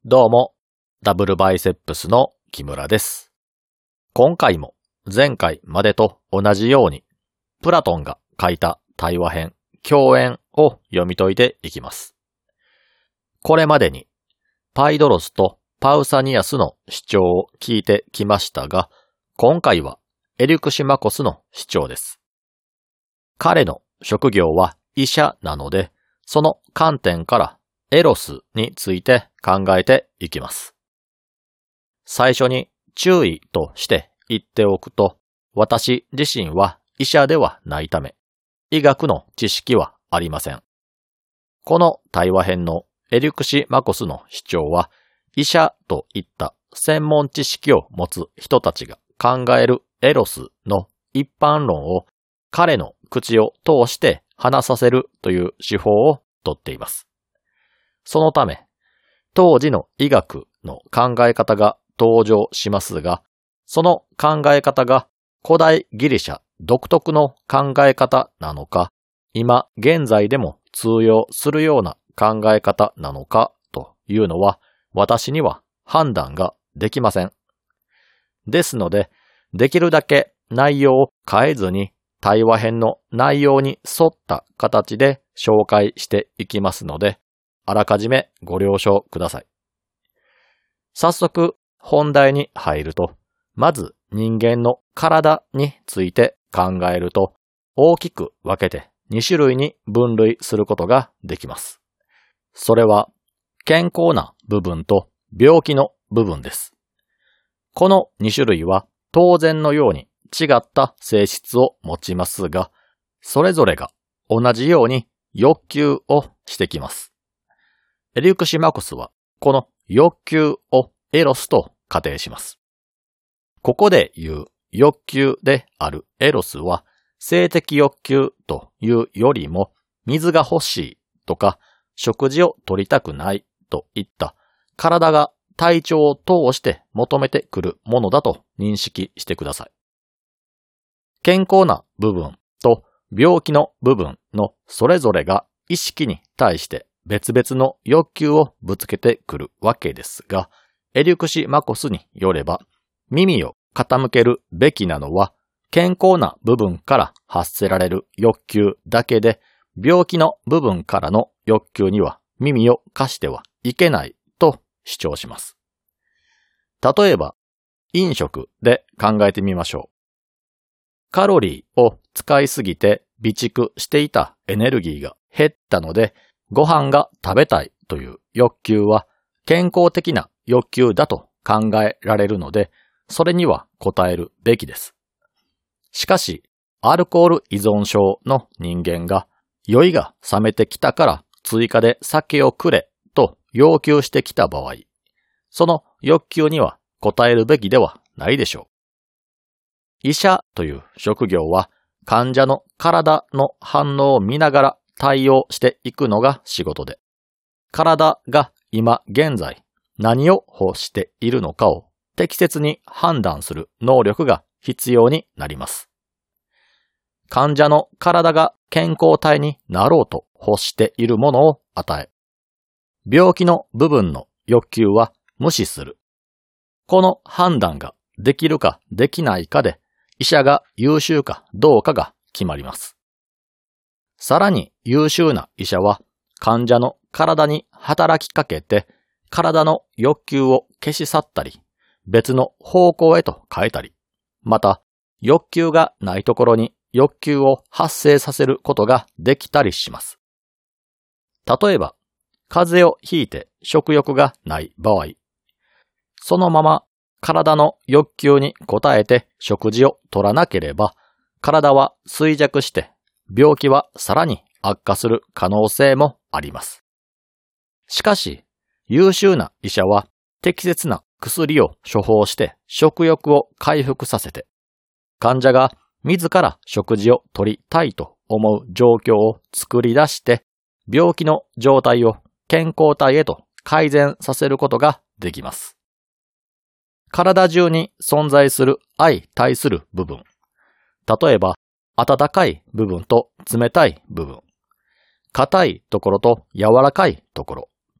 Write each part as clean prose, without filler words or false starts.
どうも、ダブルバイセップスの木村です。今回も前回までと同じように、プラトンが書いた対話編、教演を読み解いていきます。これまでに、パイドロスとパウサニアスの主張を聞いてきましたが、今回はエリクシマコスの主張です。彼の職業は医者なので、その観点からエロスについて考えていきます。最初に注意として言っておくと、私自身は医者ではないため、医学の知識はありません。この対話編のエリクシマコスの主張は、医者といった専門知識を持つ人たちが考えるエロスの一般論を彼の口を通して話させるという手法をとっています。そのため、当時の医学の考え方が登場しますが、その考え方が古代ギリシャ独特の考え方なのか、今現在でも通用するような考え方なのかというのは、私には判断ができません。ですので、できるだけ内容を変えずに、対話編の内容に沿った形で紹介していきますので、あらかじめご了承ください。早速本題に入ると、まず人間の体について考えると、大きく分けて2種類に分類することができます。それは健康な部分と病気の部分です。この2種類は当然のように違った性質を持ちますが、それぞれが同じように欲求をしてきます。エリクシマコスはこの欲求をエロスと仮定します。ここで言う欲求であるエロスは性的欲求というよりも水が欲しいとか食事を取りたくないといった体が体調を通して求めてくるものだと認識してください。健康な部分と病気の部分のそれぞれが意識に対して別々の欲求をぶつけてくるわけですが、エリクシマコスによれば、耳を傾けるべきなのは健康な部分から発せられる欲求だけで、病気の部分からの欲求には耳を貸してはいけないと主張します。例えば、飲食で考えてみましょう。カロリーを使いすぎて備蓄していたエネルギーが減ったので、ご飯が食べたいという欲求は健康的な欲求だと考えられるので、それには応えるべきです。しかし、アルコール依存症の人間が酔いが冷めてきたから追加で酒をくれと要求してきた場合、その欲求には応えるべきではないでしょう。医者という職業は患者の体の反応を見ながら対応していくのが仕事で、体が今現在何を欲しているのかを適切に判断する能力が必要になります。患者の体が健康体になろうと欲しているものを与え、病気の部分の欲求は無視する。この判断ができるかできないかで、医者が優秀かどうかが決まります。さらに優秀な医者は患者の体に働きかけて体の欲求を消し去ったり別の方向へと変えたり、また欲求がないところに欲求を発生させることができたりします。例えば風邪をひいて食欲がない場合、そのまま体の欲求に応えて食事を取らなければ体は衰弱して病気はさらに悪化する可能性もあります。しかし、優秀な医者は適切な薬を処方して食欲を回復させて、患者が自ら食事を取りたいと思う状況を作り出して、病気の状態を健康体へと改善させることができます。体中に存在する相対する部分。例えば、温かい部分と冷たい部分。硬いところと柔らかいところ。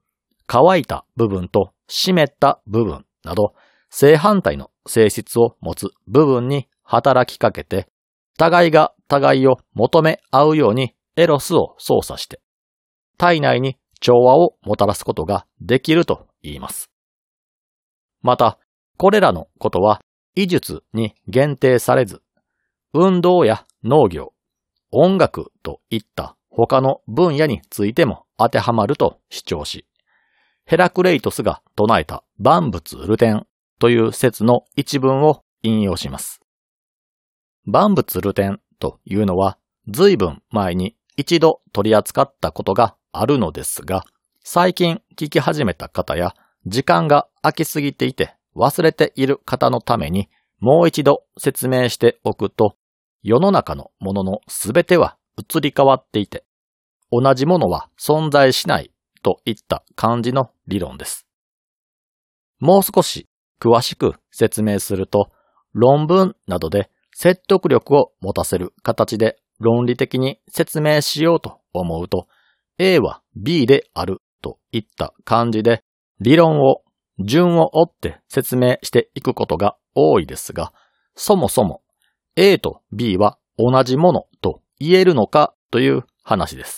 乾いた部分と湿った部分など正反対の性質を持つ部分に働きかけて、互いが互いを求め合うようにエロスを操作して、体内に調和をもたらすことができると言います。また、これらのことは医術に限定されず、運動や農業、音楽といった他の分野についても当てはまると主張し、ヘラクレイトスが唱えた万物流転という説の一文を引用します。万物流転というのは随分前に一度取り扱ったことがあるのですが、最近聞き始めた方や時間が空きすぎていて忘れている方のためにもう一度説明しておくと、世の中のもののすべては移り変わっていて、同じものは存在しないといった感じの理論です。もう少し詳しく説明すると、論文などで説得力を持たせる形で論理的に説明しようと思うと、A は B であるといった感じで理論を順を追って説明していくことが多いですが、そもそも A と B は同じものと言えるのかという話です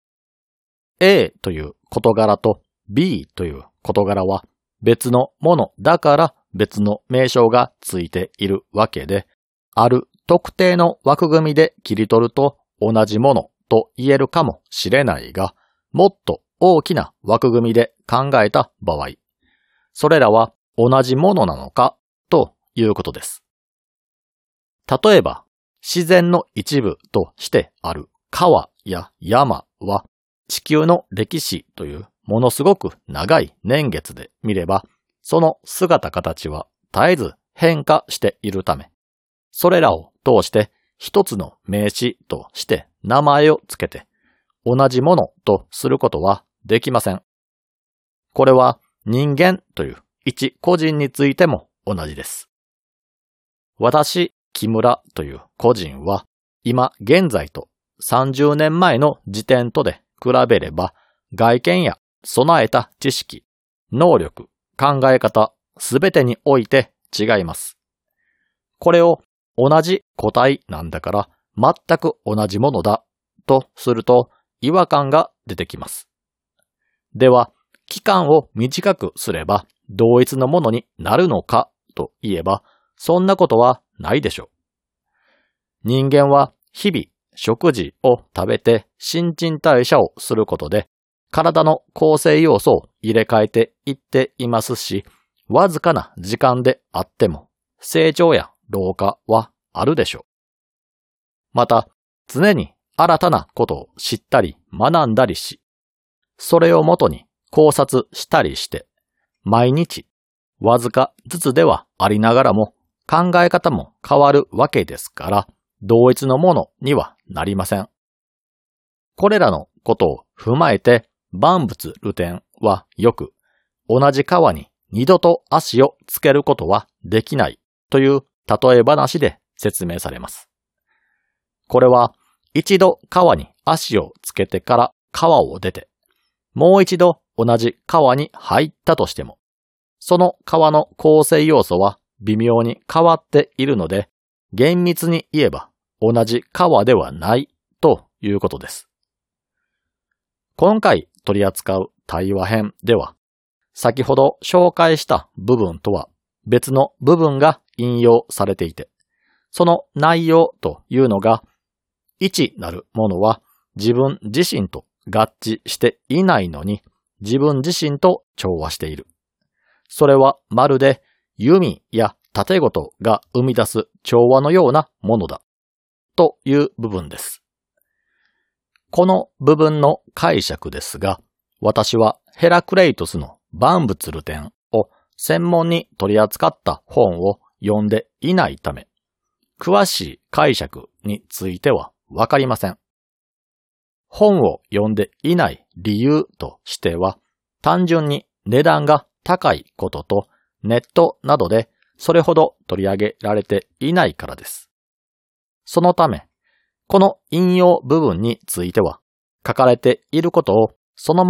。A という事柄と B という事柄は別のものだから別の名称がついているわけで、ある特定の枠組みで切り取ると同じものと言えるかもしれないが、もっと大きな枠組みで考えた場合、それらは同じものなのかということです。例えば、自然の一部としてある川や山は地球の歴史というものすごく長い年月で見れば、その姿形は絶えず変化しているため、それらを通して一つの名詞として名前をつけて同じものとすることはできません。これは人間という一個人についても同じです。私、木村という個人は今現在と30年前の時点とで比べれば外見や備えた知識、能力、考え方すべてにおいて違います。これを同じ個体なんだから全く同じものだとすると違和感が出てきます。では、期間を短くすれば同一のものになるのかといえば、そんなことはないでしょう。人間は日々食事を食べて新陳代謝をすることで体の構成要素を入れ替えていっていますし、わずかな時間であっても成長や老化はあるでしょう。また、常に新たなことを知ったり学んだりし、それをもとに考察したりして、毎日わずかずつではありながらも考え方も変わるわけですから、同一のものにはなりません。これらのことを踏まえて万物流転はよく、同じ川に二度と足をつけることはできないという例え話で説明されます。これは一度川に足をつけてから川を出て、もう一度同じ川に入ったとしても、その川の構成要素は微妙に変わっているので、厳密に言えば同じ川ではないということです。今回取り扱う対話編では、先ほど紹介した部分とは別の部分が引用されていて、その内容というのが、一なるものは自分自身と合致していないのに自分自身と調和している。それはまるで弓や盾事が生み出す調和のようなものだという部分です。この部分の解釈ですが、私はヘラクレイトスの万物流転を専門に取り扱った本を読んでいないため、詳しい解釈についてはわかりません。本を読んでいない理由としては、単純に値段が高いこととネットなどでそれほど取り上げられていないからです。そのため、この引用部分については、書かれていることをそのまま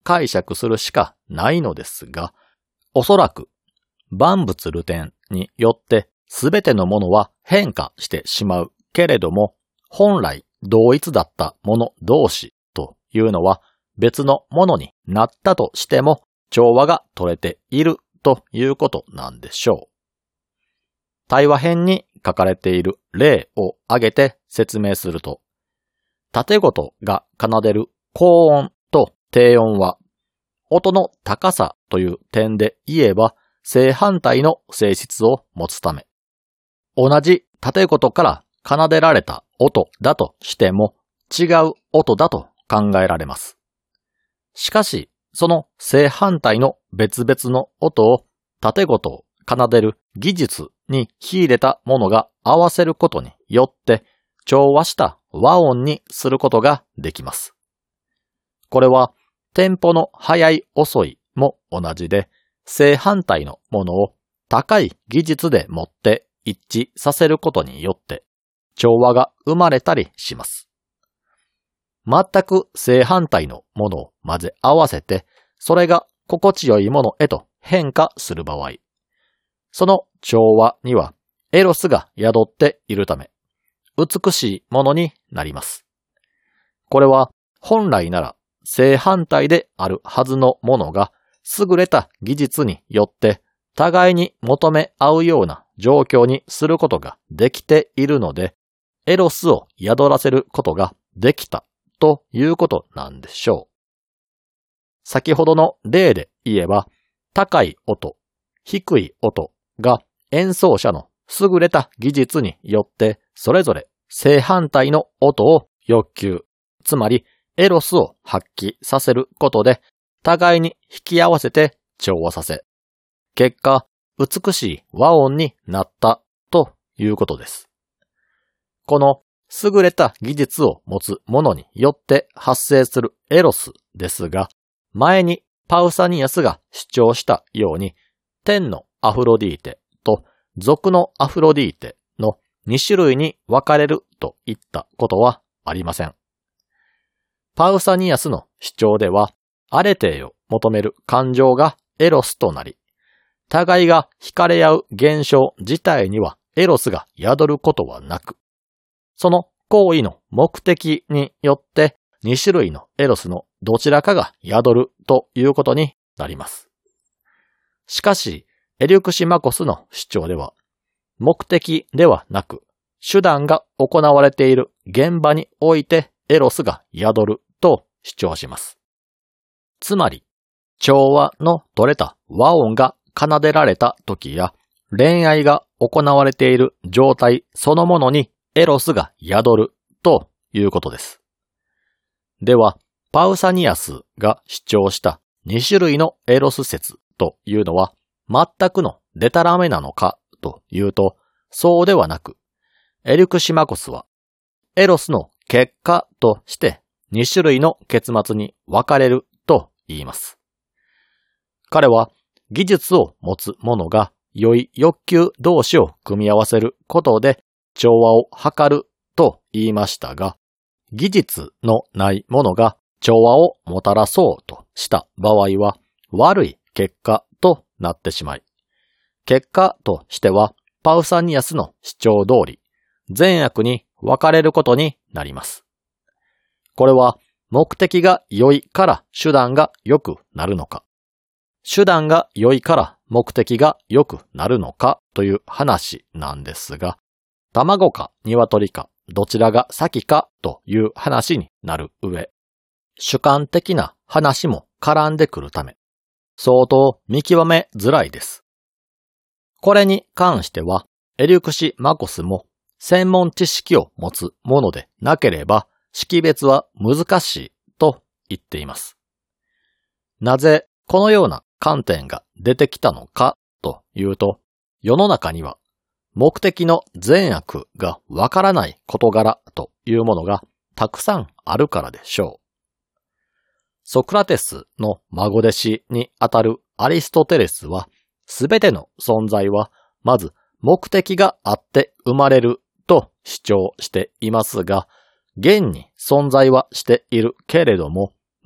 解釈するしかないのですが、おそらく万物流転によってすべてのものは変化してしまうけれども、本来同一だったもの同士というのは別のものになったとしても調和が取れているということなんでしょう。対話編に書かれている例を挙げて説明すると、縦ごとが奏でる高音と低音は、音の高さという点で言えば正反対の性質を持つため、同じ縦ごとから奏でられた音だとしても違う音だと考えられます。しかし、その正反対の別々の音を縦ごとを奏でる技術に秀でたものが合わせることによって調和した和音にすることができます。これはテンポの速い遅いも同じで、正反対のものを高い技術でもって一致させることによって調和が生まれたりします。全く正反対のものを混ぜ合わせて、それが心地よいものへと変化する場合、その調和にはエロスが宿っているため、美しいものになります。これは本来なら正反対であるはずのものが優れた技術によって互いに求め合うような状況にすることができているので、エロスを宿らせることができたということなんでしょう。先ほどの例で言えば、高い音、低い音が演奏者の優れた技術によってそれぞれ正反対の音を欲求、つまりエロスを発揮させることで互いに引き合わせて調和させ、結果美しい和音になったということです。この優れた技術を持つ者によって発生するエロスですが、前にパウサニアスが主張したように、天のアフロディーテと俗のアフロディーテの2種類に分かれるといったことはありません。パウサニアスの主張では、アレテを求める感情がエロスとなり、互いが惹かれ合う現象自体にはエロスが宿ることはなく、その行為の目的によって2種類のエロスのどちらかが宿るということになります。しかし、エリュクシマコスの主張では、目的ではなく、手段が行われている現場においてエロスが宿ると主張します。つまり、調和の取れた和音が奏でられた時や、恋愛が行われている状態そのものにエロスが宿るということです。では、パウサニアスが主張した2種類のエロス説というのは全くのデタラメなのかというと、そうではなく、エリュクシマコスはエロスの結果として2種類の結末に分かれると言います。彼は技術を持つ者が良い欲求同士を組み合わせることで調和を図ると言いましたが、技術のないものが調和をもたらそうとした場合は悪い結果となってしまい、結果としてはパウサニアスの主張通り善悪に分かれることになります。これは目的が良いから手段が良くなるのか、手段が良いから目的が良くなるのかという話なんですが、卵か鶏かどちらが先かという話になる上、主観的な話も絡んでくるため、相当見極めづらいです。これに関しては、エリュクシマコスも専門知識を持つものでなければ識別は難しいと言っています。なぜこのような観点が出てきたのかというと、世の中には目的の善悪がわからない事柄というものがたくさんあるからでしょう。ソクラテスの孫弟子にあたるアリストテレスは、すべての存在はまず目的があって生まれると主張していますが、現に存在はしているけれども、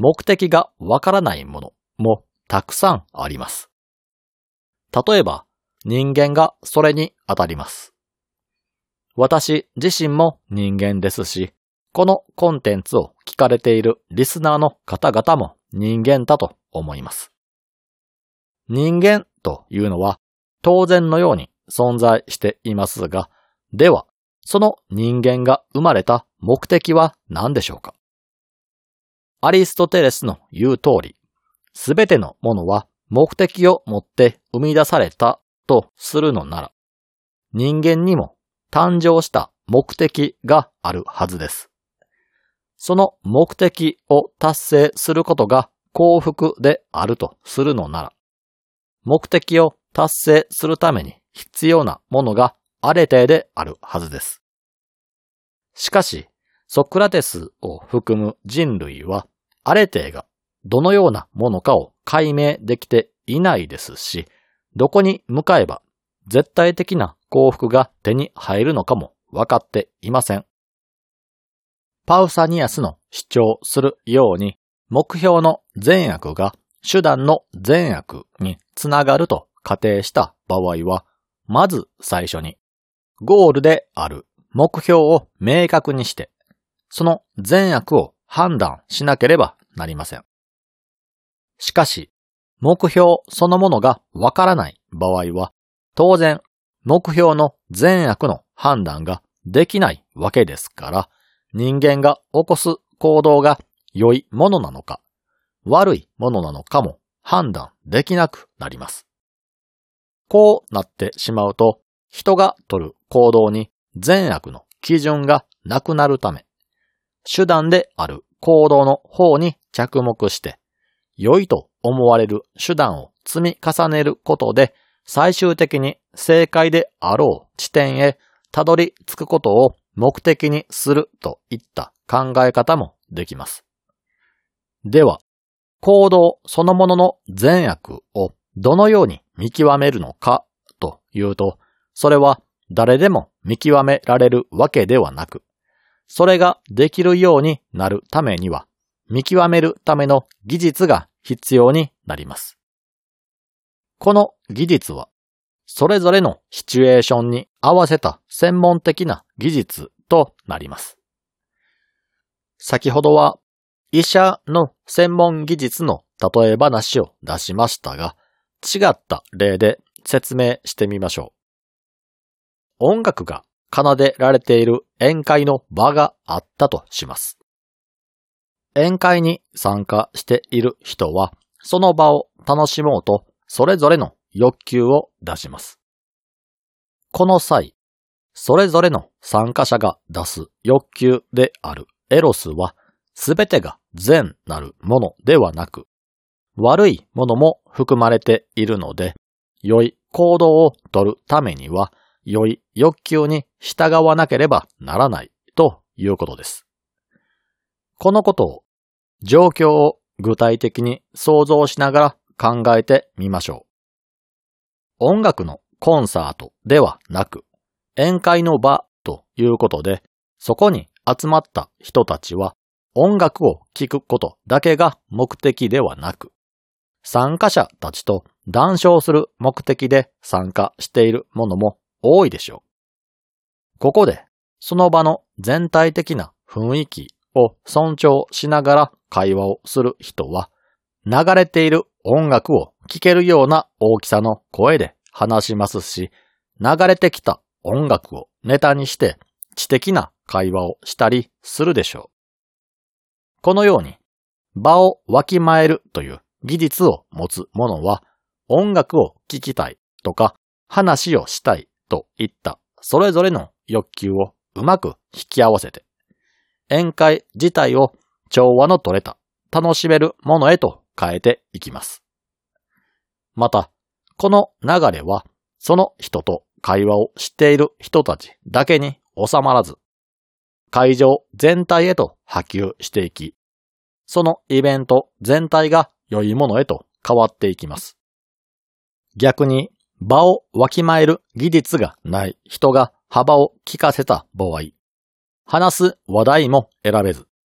目的がわからないものもたくさんあります。例えば、人間がそれに当たります。私自身も人間ですし、このコンテンツを聞かれているリスナーの方々も人間だと思います。人間というのは当然のように存在していますが、では、その人間が生まれた目的は何でしょうか？アリストテレスの言う通り、すべてのものは目的を持って生み出されたとするのなら、人間にも誕生した目的があるはずです。その目的を達成することが幸福であるとするのなら、目的を達成するために必要なものがアレテであるはずです。しかし、ソクラテスを含む人類は、アレテがどのようなものかを解明できていないですし、どこに向かえば絶対的な幸福が手に入るのかも分かっていません。パウサニアスの主張するように、目標の善悪が手段の善悪につながると仮定した場合は、まず最初に、ゴールである目標を明確にして、その善悪を判断しなければなりません。しかし、目標そのものがわからない場合は、当然、目標の善悪の判断ができないわけですから、人間が起こす行動が良いものなのか、悪いものなのかも判断できなくなります。こうなってしまうと、人が取る行動に善悪の基準がなくなるため、手段である行動の方に着目して、良いと思われる手段を積み重ねることで、最終的に正解であろう地点へたどり着くことを目的にするといった考え方もできます。では、行動そのものの善悪をどのように見極めるのかというと、それは誰でも見極められるわけではなく、それができるようになるためには、見極めるための技術が必要になります。この技術は、それぞれのシチュエーションに合わせた専門的な技術となります。先ほどは、医者の専門技術の例え話を出しましたが、違った例で説明してみましょう。音楽が奏でられている宴会の場があったとします。宴会に参加している人は、その場を楽しもうとそれぞれの欲求を出します。この際、それぞれの参加者が出す欲求であるエロスは、すべてが善なるものではなく、悪いものも含まれているので、良い行動をとるためには、良い欲求に従わなければならないということです。このことを、状況を具体的に想像しながら考えてみましょう。音楽のコンサートではなく、宴会の場ということで、そこに集まった人たちは、音楽を聴くことだけが目的ではなく、参加者たちと談笑する目的で参加しているものも多いでしょう。ここで、その場の全体的な雰囲気を尊重しながら会話をする人は、流れている音楽を聴けるような大きさの声で話しますし、流れてきた音楽をネタにして知的な会話をしたりするでしょう。このように、場をわきまえるという技術を持つ者は、音楽を聴きたいとか話をしたいといったそれぞれの欲求をうまく引き合わせて、宴会自体を調和の取れた楽しめるものへと変えていきます。また、この流れはその人と会話をしている人たちだけに収まらず、会場全体へと波及していき、そのイベント全体が良いものへと変わっていきます。逆に場をわきまえる技術がない人が幅を利かせた場合、話す話題も選べず、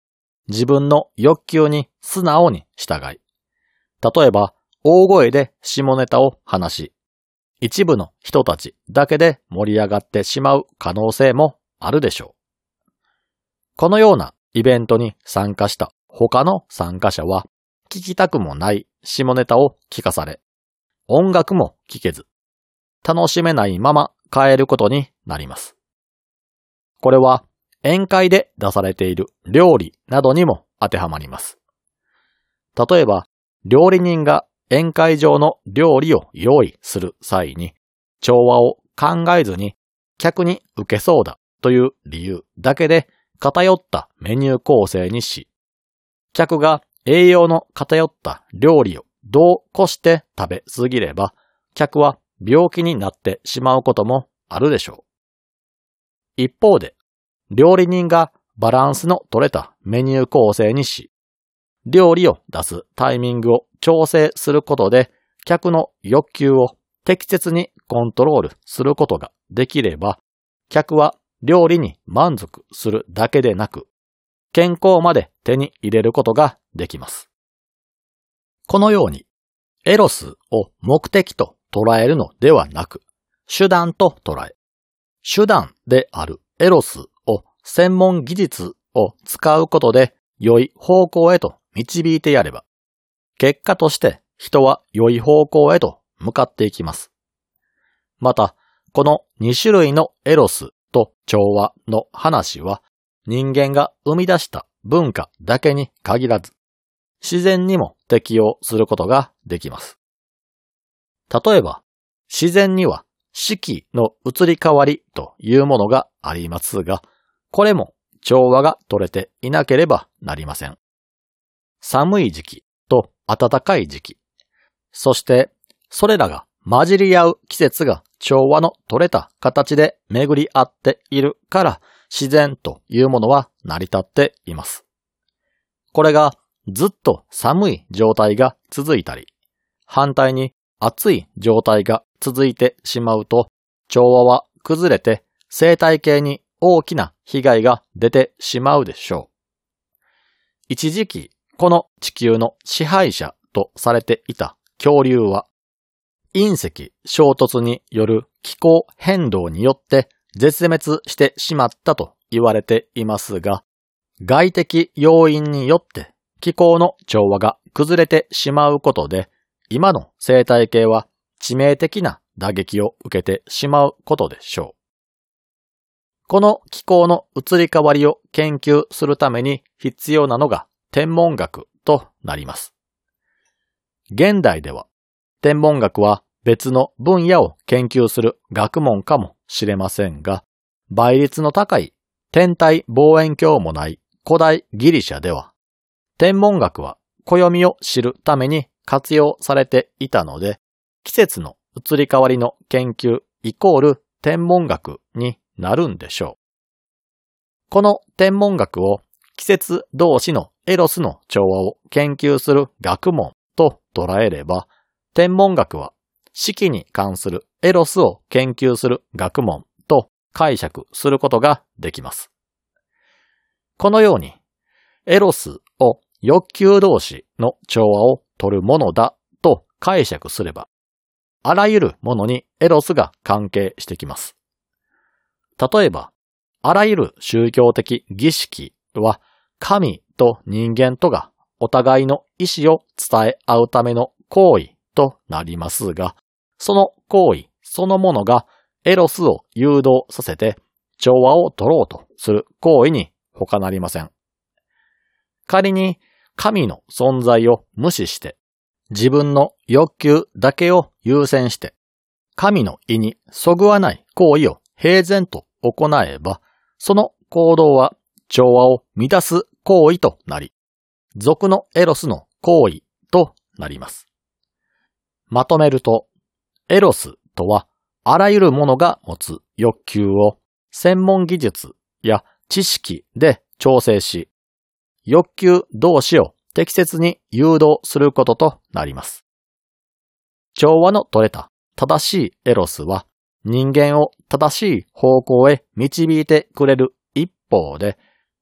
自分の欲求に素直に従い、例えば大声で下ネタを話し、一部の人たちだけで盛り上がってしまう可能性もあるでしょう。このようなイベントに参加した他の参加者は、聞きたくもない下ネタを聞かされ、音楽も聴けず、楽しめないまま帰ることになります。これは宴会で出されている料理などにも当てはまります。例えば、料理人が宴会場の料理を用意する際に、調和を考えずに客に受けそうだという理由だけで偏ったメニュー構成にし、客が栄養の偏った料理を度を越して食べ過ぎれば、客は病気になってしまうこともあるでしょう。一方で、料理人がバランスの取れたメニュー構成にし、料理を出すタイミングを調整することで、客の欲求を適切にコントロールすることができれば、客は料理に満足するだけでなく、健康まで手に入れることができます。このように、エロスを目的と捉えるのではなく、手段と捉え、手段であるエロスを専門技術を使うことで良い方向へと導いてやれば、結果として人は良い方向へと向かっていきます。また、この2種類のエロスと調和の話は、人間が生み出した文化だけに限らず、自然にも適用することができます。例えば、自然には四季の移り変わりというものがありますが、これも調和が取れていなければなりません。寒い時期と暖かい時期、そしてそれらが混じり合う季節が調和の取れた形で巡り合っているから自然というものは成り立っています。これがずっと寒い状態が続いたり、反対に暑い状態が続いてしまうと、調和は崩れて生態系に大きな被害が出てしまうでしょう。一時期、この地球の支配者とされていた恐竜は、隕石衝突による気候変動によって絶滅してしまったと言われていますが、外的要因によって気候の調和が崩れてしまうことで、今の生態系は致命的な打撃を受けてしまうことでしょう。この気候の移り変わりを研究するために必要なのが天文学となります。現代では天文学は別の分野を研究する学問かもしれませんが、倍率の高い天体望遠鏡もない古代ギリシャでは、天文学は暦を知るために活用されていたので、季節の移り変わりの研究イコール天文学になるんでしょう。この天文学を季節同士のエロスの調和を研究する学問と捉えれば、天文学は四季に関するエロスを研究する学問と解釈することができます。このように、エロスを欲求同士の調和を取るものだと解釈すれば、あらゆるものにエロスが関係してきます。例えば、あらゆる宗教的儀式は神と人間とがお互いの意思を伝え合うための行為となりますが、その行為そのものがエロスを誘導させて調和を取ろうとする行為に他なりません。仮に神の存在を無視して自分の欲求だけを優先して神の意にそぐわない行為を平然と行えば、その行動は調和を乱す行為となり、俗のエロスの行為となります。まとめると、エロスとはあらゆるものが持つ欲求を専門技術や知識で調整し、欲求同士を適切に誘導することとなります。調和の取れた正しいエロスは人間を正しい方向へ導いてくれる一方で、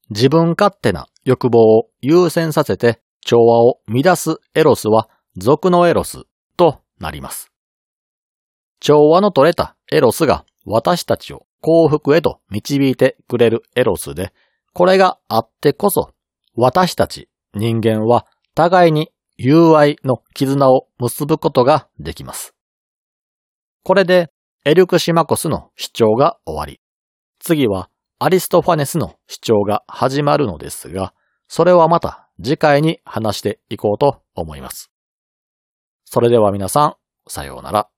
自分勝手な欲望を優先させて調和を乱すエロスは俗のエロスとなります。調和の取れたエロスが私たちを幸福へと導いてくれるエロスで、これがあってこそ私たち人間は互いに友愛の絆を結ぶことができます。これでエルクシマコスの主張が終わり、次はアリストファネスの主張が始まるのですが、それはまた次回に話していこうと思います。それでは皆さん、さようなら。